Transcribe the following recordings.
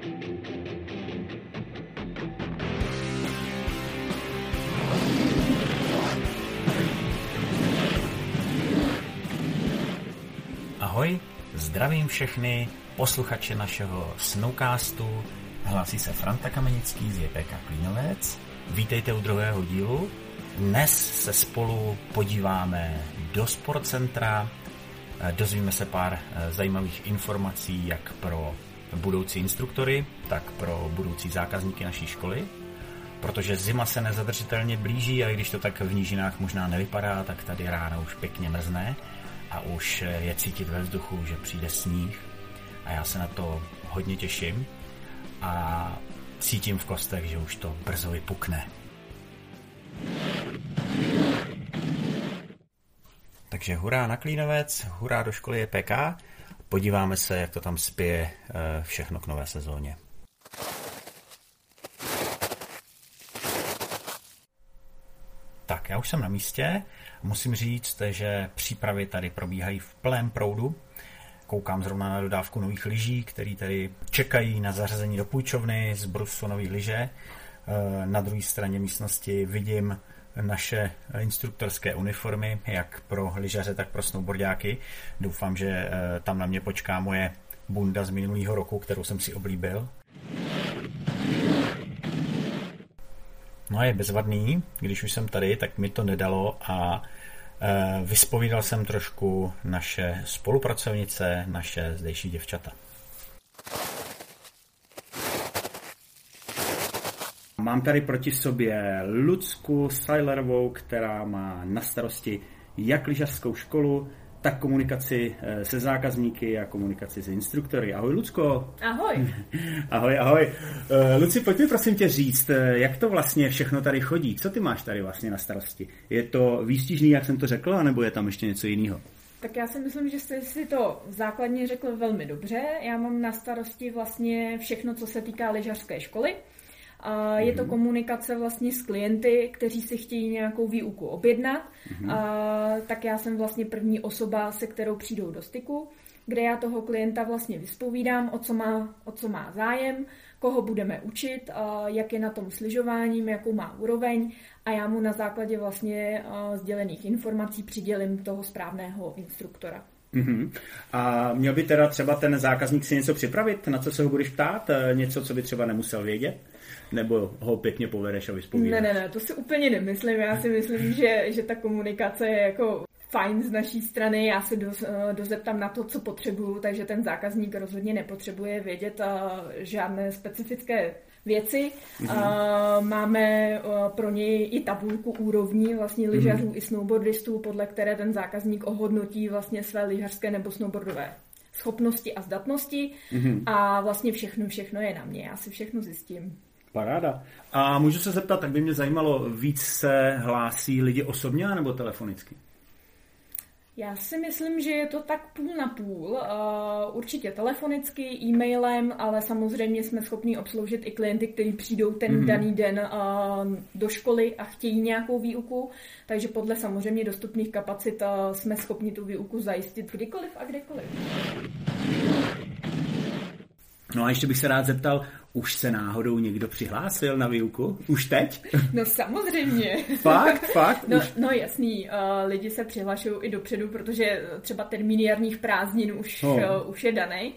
Ahoj, zdravím všechny posluchače našeho Snowcastu. Hlásí se Franta Kamenický z JPK Klínovec. Vítejte u druhého dílu. Dnes se spolu podíváme do sportcentra. Dozvíme se pár zajímavých informací jak pro budoucí instruktory, tak pro budoucí zákazníky naší školy. Protože zima se nezadržitelně blíží a i když to tak v nížinách možná nevypadá, tak tady ráno už pěkně mrzne. A už je cítit ve vzduchu, že přijde sníh a já se na to hodně těším a cítím v kostech, že už to brzo vypukne. Takže hurá na Klínovec, hurá do školy JPK, podíváme se, jak to tam spěje všechno k nové sezóně. Tak, já už jsem na místě. Musím říct, že přípravy tady probíhají v plném proudu. Koukám zrovna na dodávku nových lyží, které tady čekají na zařazení do půjčovny z brusu nových lyže. Na druhé straně místnosti vidím naše instruktorské uniformy, jak pro lyžaře, tak pro snowboardáky. Doufám, že tam na mě počká moje bunda z minulého roku, kterou jsem si oblíbil. No a je bezvadný, když už jsem tady, tak mi to nedalo a vyspovídal jsem trošku naše spolupracovnice, naše zdejší děvčata. Mám tady proti sobě Lucku Sajlerovou, která má na starosti jak lyžařskou školu, tak komunikaci se zákazníky a komunikaci s instruktory. Ahoj, Lucko. Ahoj. Ahoj. Luci, pojď mi prosím tě říct, jak to vlastně všechno tady chodí? Co ty máš tady vlastně na starosti? Je to výstižný, jak jsem to řekl, anebo je tam ještě něco jiného? Tak já si myslím, že jste si to základně řekl velmi dobře. Já mám na starosti vlastně všechno, co se týká lyžařské školy. Je to komunikace vlastně s klienty, kteří si chtějí nějakou výuku objednat. Tak já jsem vlastně první osoba, se kterou přijdou do styku, kde já toho klienta vlastně vyspovídám, o co má zájem, koho budeme učit, jak je na tom s lyžováním, jakou má úroveň a já mu na základě vlastně sdělených informací přidělím toho správného instruktora. A měl by teda třeba ten zákazník si něco připravit, na co se ho budeš ptát? Něco, co by třeba nemusel vědět? Nebo ho pěkně povedeš a vyspovídáš? Ne, to si úplně nemyslím. Já si myslím, že ta komunikace je jako fajn z naší strany. Já se dozeptám na to, co potřebuju, takže ten zákazník rozhodně nepotřebuje vědět žádné specifické věci. Máme pro něj i tabulku úrovní vlastně lyžařů i snowboardistů, podle které ten zákazník ohodnotí vlastně své lyžařské nebo snowboardové schopnosti a zdatnosti a vlastně všechno je na mě. Já si všechno zjistím. Paráda. A můžu se zeptat, tak by mě zajímalo, víc se hlásí lidi osobně nebo telefonicky? Já si myslím, že je to tak půl na půl. Určitě telefonicky, e-mailem, ale samozřejmě jsme schopni obsloužit i klienty, kteří přijdou ten daný den do školy a chtějí nějakou výuku. Takže podle samozřejmě dostupných kapacit jsme schopni tu výuku zajistit kdykoliv a kdekoliv. No a ještě bych se rád zeptal, už se náhodou někdo přihlásil na výuku? Už teď? No samozřejmě. Fakt? No jasný, lidi se přihlašují i dopředu, protože třeba termín jarních prázdnin už je daný.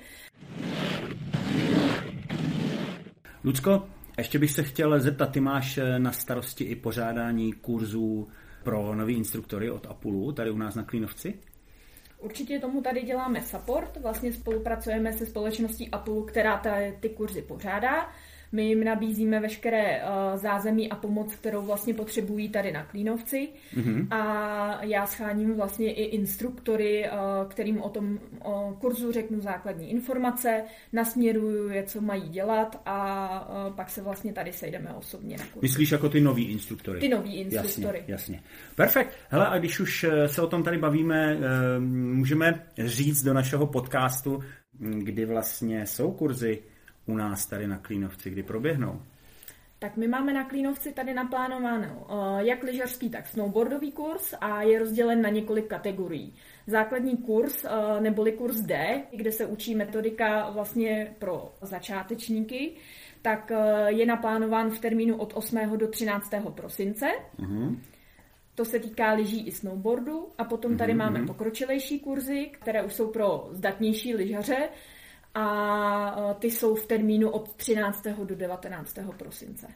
Lucko, ještě bych se chtěl zeptat, ty máš na starosti i pořádání kurzů pro nový instruktory od Apulu, tady u nás na Klínovci? Určitě tomu tady děláme support, vlastně spolupracujeme se společností Apple, která ty kurzy pořádá. My jim nabízíme veškeré zázemí a pomoc, kterou vlastně potřebují tady na Klínovci. A já scháním vlastně i instruktory, kterým o tom kurzu řeknu základní informace, nasměruju je, co mají dělat a pak se vlastně tady sejdeme osobně na kurzu. Myslíš jako ty noví instruktory? Ty noví instruktory. Jasně. Perfekt. Hele, a když už se o tom tady bavíme, můžeme říct do našeho podcastu, kdy vlastně jsou kurzy u nás tady na Klínovci, kdy proběhnou? Tak my máme na Klínovci tady naplánováno jak lyžařský, tak snowboardový kurz a je rozdělen na několik kategorií. Základní kurz, neboli kurz D, kde se učí metodika vlastně pro začátečníky, tak je naplánován v termínu od 8. do 13. prosince. Mm-hmm. To se týká lyží i snowboardu. A potom tady máme pokročilejší kurzy, které už jsou pro zdatnější lyžaře. A ty jsou v termínu od 13. do 19. prosince.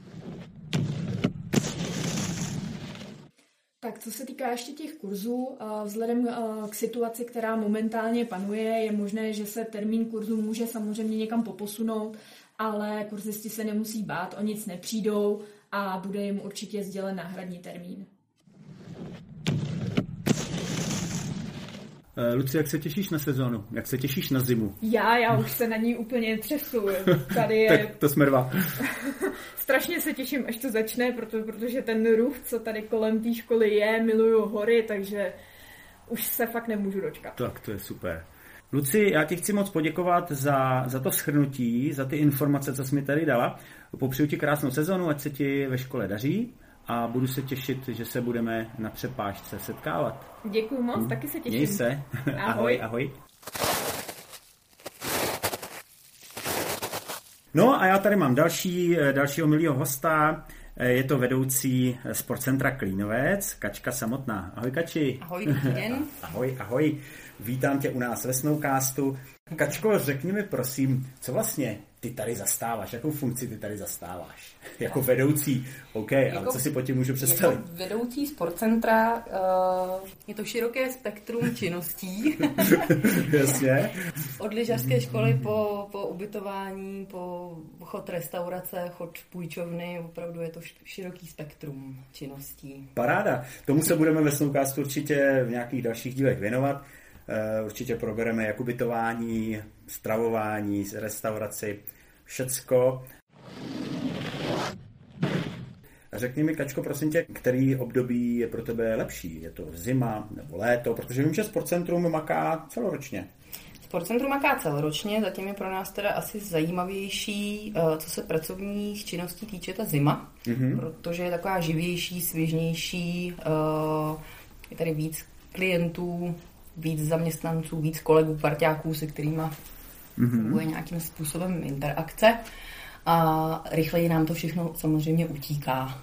Tak co se týká ještě těch kurzů, vzhledem k situaci, která momentálně panuje, je možné, že se termín kurzu může samozřejmě někam poposunout, ale kurzisti se nemusí bát, o nic nepřijdou a bude jim určitě sdělen náhradní termín. Luci, jak se těšíš na sezónu? Jak se těšíš na zimu? Já už se na ní úplně třesu. Tady je... Tak to jsme dva. Strašně se těším, až to začne, protože ten ruch, co tady kolem té školy je, miluju hory, takže už se fakt nemůžu dočkat. Tak to je super. Luci, já ti chci moc poděkovat za to shrnutí, za ty informace, co jsi mi tady dala. Popřeju ti krásnou sezonu, ať se ti ve škole daří. A budu se těšit, že se budeme na přepážce setkávat. Děkuju moc, taky se těším. Měj se. Ahoj, ahoj. No a já tady mám dalšího milého hosta. Je to vedoucí sportcentra Klínovec, Kačka Samotná. Ahoj, Kači. Ahoj, dobrý den. Ahoj. Vítám tě u nás ve Snowcastu. Kačko, řekni mi prosím, co vlastně ty tady zastáváš? Jakou funkci ty tady zastáváš? Jako vedoucí, OK, ale co si pod tím můžu představit? Jako vedoucí sportcentra je to široké spektrum činností. Jasně. Od lyžařské školy po ubytování, po chod restaurace, chod půjčovny, opravdu je to široký spektrum činností. Paráda. Tomu se budeme ve Snowcastu určitě v nějakých dalších dílech věnovat. Určitě probereme jak ubytování, stravování, restauraci, všecko. Řekni mi, Kačko, prosím tě, který období je pro tebe lepší? Je to zima nebo léto? Protože vím, že Sportcentrum maká celoročně. Sportcentrum maká celoročně, zatím je pro nás teda asi zajímavější, co se pracovních činností týče, ta zima, protože je taková živější, svěžnější, je tady víc klientů, víc zaměstnanců, víc kolegů, parťáků, se kterými funguje nějakým způsobem interakce a rychleji nám to všechno samozřejmě utíká.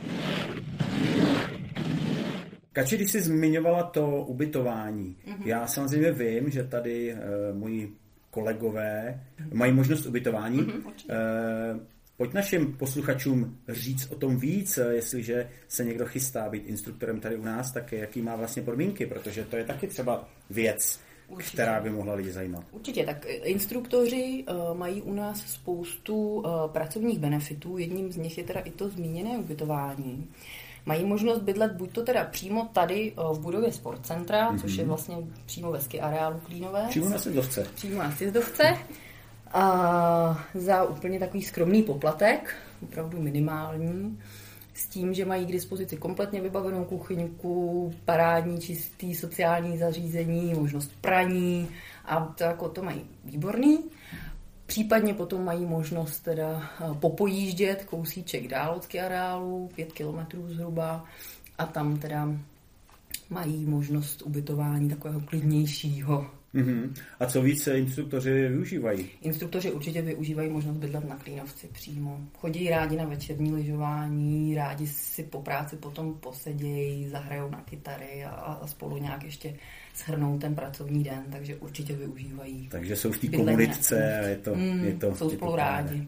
Kači, když jsi zmiňovala to ubytování, já samozřejmě vím, že tady moji kolegové mají možnost ubytování. Pojď našim posluchačům říct o tom víc, jestliže se někdo chystá být instruktorem tady u nás, tak jaký má vlastně podmínky, protože to je taky třeba věc, určitě, která by mohla lidi zajímat. Určitě, tak instruktoři mají u nás spoustu pracovních benefitů, jedním z nich je teda i to zmíněné ubytování. Mají možnost bydlet buď to teda přímo tady v budově sportcentra, což je vlastně přímo ve ski areálu Klínovec. Přímo na sjezdovce. Přímo na sjezdovce. A za úplně takový skromný poplatek, opravdu minimální, s tím, že mají k dispozici kompletně vybavenou kuchyňku, parádní, čistý sociální zařízení, možnost praní a to, jako to mají výborný. Případně potom mají možnost teda popojíždět kousíček dál od ski areálu, 5 kilometrů zhruba a tam teda mají možnost ubytování takového klidnějšího. A co více instruktoři využívají? Instruktoři určitě využívají možnost bydlet na Klínovci přímo. Chodí rádi na večerní lyžování, rádi si po práci potom posedějí, zahrajou na kytary a spolu nějak ještě shrnou ten pracovní den, takže určitě využívají. Takže jsou v té komunitce a je to jsou spolu rádi.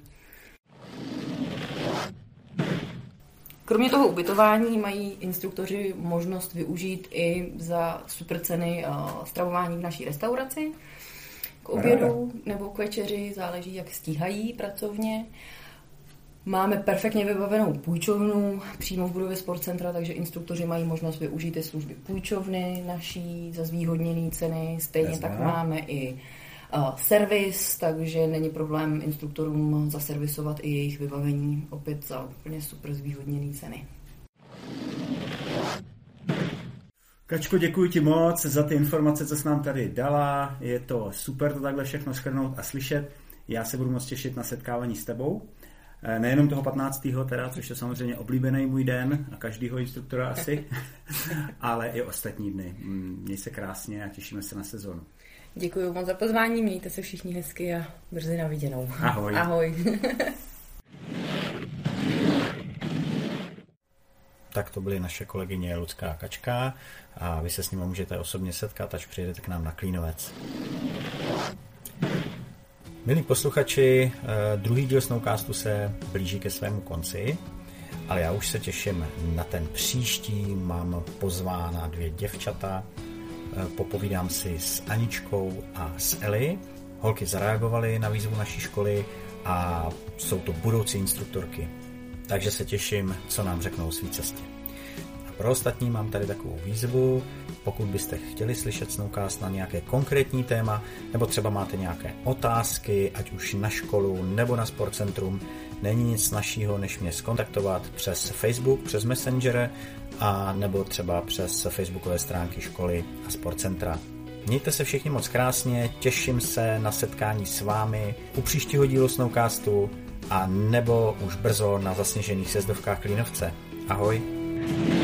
Kromě toho ubytování mají instruktoři možnost využít i za super ceny stravování v naší restauraci k obědu nebo k večeři, záleží, jak stíhají pracovně. Máme perfektně vybavenou půjčovnu přímo v budově sportcentra, takže instruktoři mají možnost využít i služby půjčovny naší za zvýhodněné ceny. Stejně tak máme i servis, takže není problém instruktorům zaservisovat i jejich vybavení, opět za úplně super zvýhodněné ceny. Kačko, děkuji ti moc za ty informace, co jsi nám tady dala. Je to super to takhle všechno shrnout a slyšet. Já se budu moc těšit na setkávání s tebou. Nejenom toho 15. teda, což je samozřejmě oblíbený můj den a každýho instruktora asi, ale i ostatní dny. Měj se krásně a těšíme se na sezonu. Děkuji moc za pozvání, mějte se všichni hezky a brzy na viděnou. Ahoj. Ahoj. Tak to byly naše kolegyně Lucka a Kačka a vy se s nimi můžete osobně setkat, až přijedete k nám na Klínovec. Milí posluchači, druhý díl Snowcastu se blíží ke svému konci, ale já už se těším na ten příští. Mám pozvána 2 děvčata, popovídám si s Aničkou a s Eli. Holky zareagovaly na výzvu naší školy a jsou to budoucí instruktorky. Takže se těším, co nám řeknou o své cestě. A pro ostatní mám tady takovou výzvu. Pokud byste chtěli slyšet Snowcast na nějaké konkrétní téma, nebo třeba máte nějaké otázky, ať už na školu nebo na sportcentrum, není nic snazšího, než mě zkontaktovat přes Facebook, přes Messenger a nebo třeba přes facebookové stránky školy a sportcentra. Mějte se všichni moc krásně, těším se na setkání s vámi u příštího dílu Snowcastu a nebo už brzo na zasněžených sjezdovkách Klínovce. Ahoj!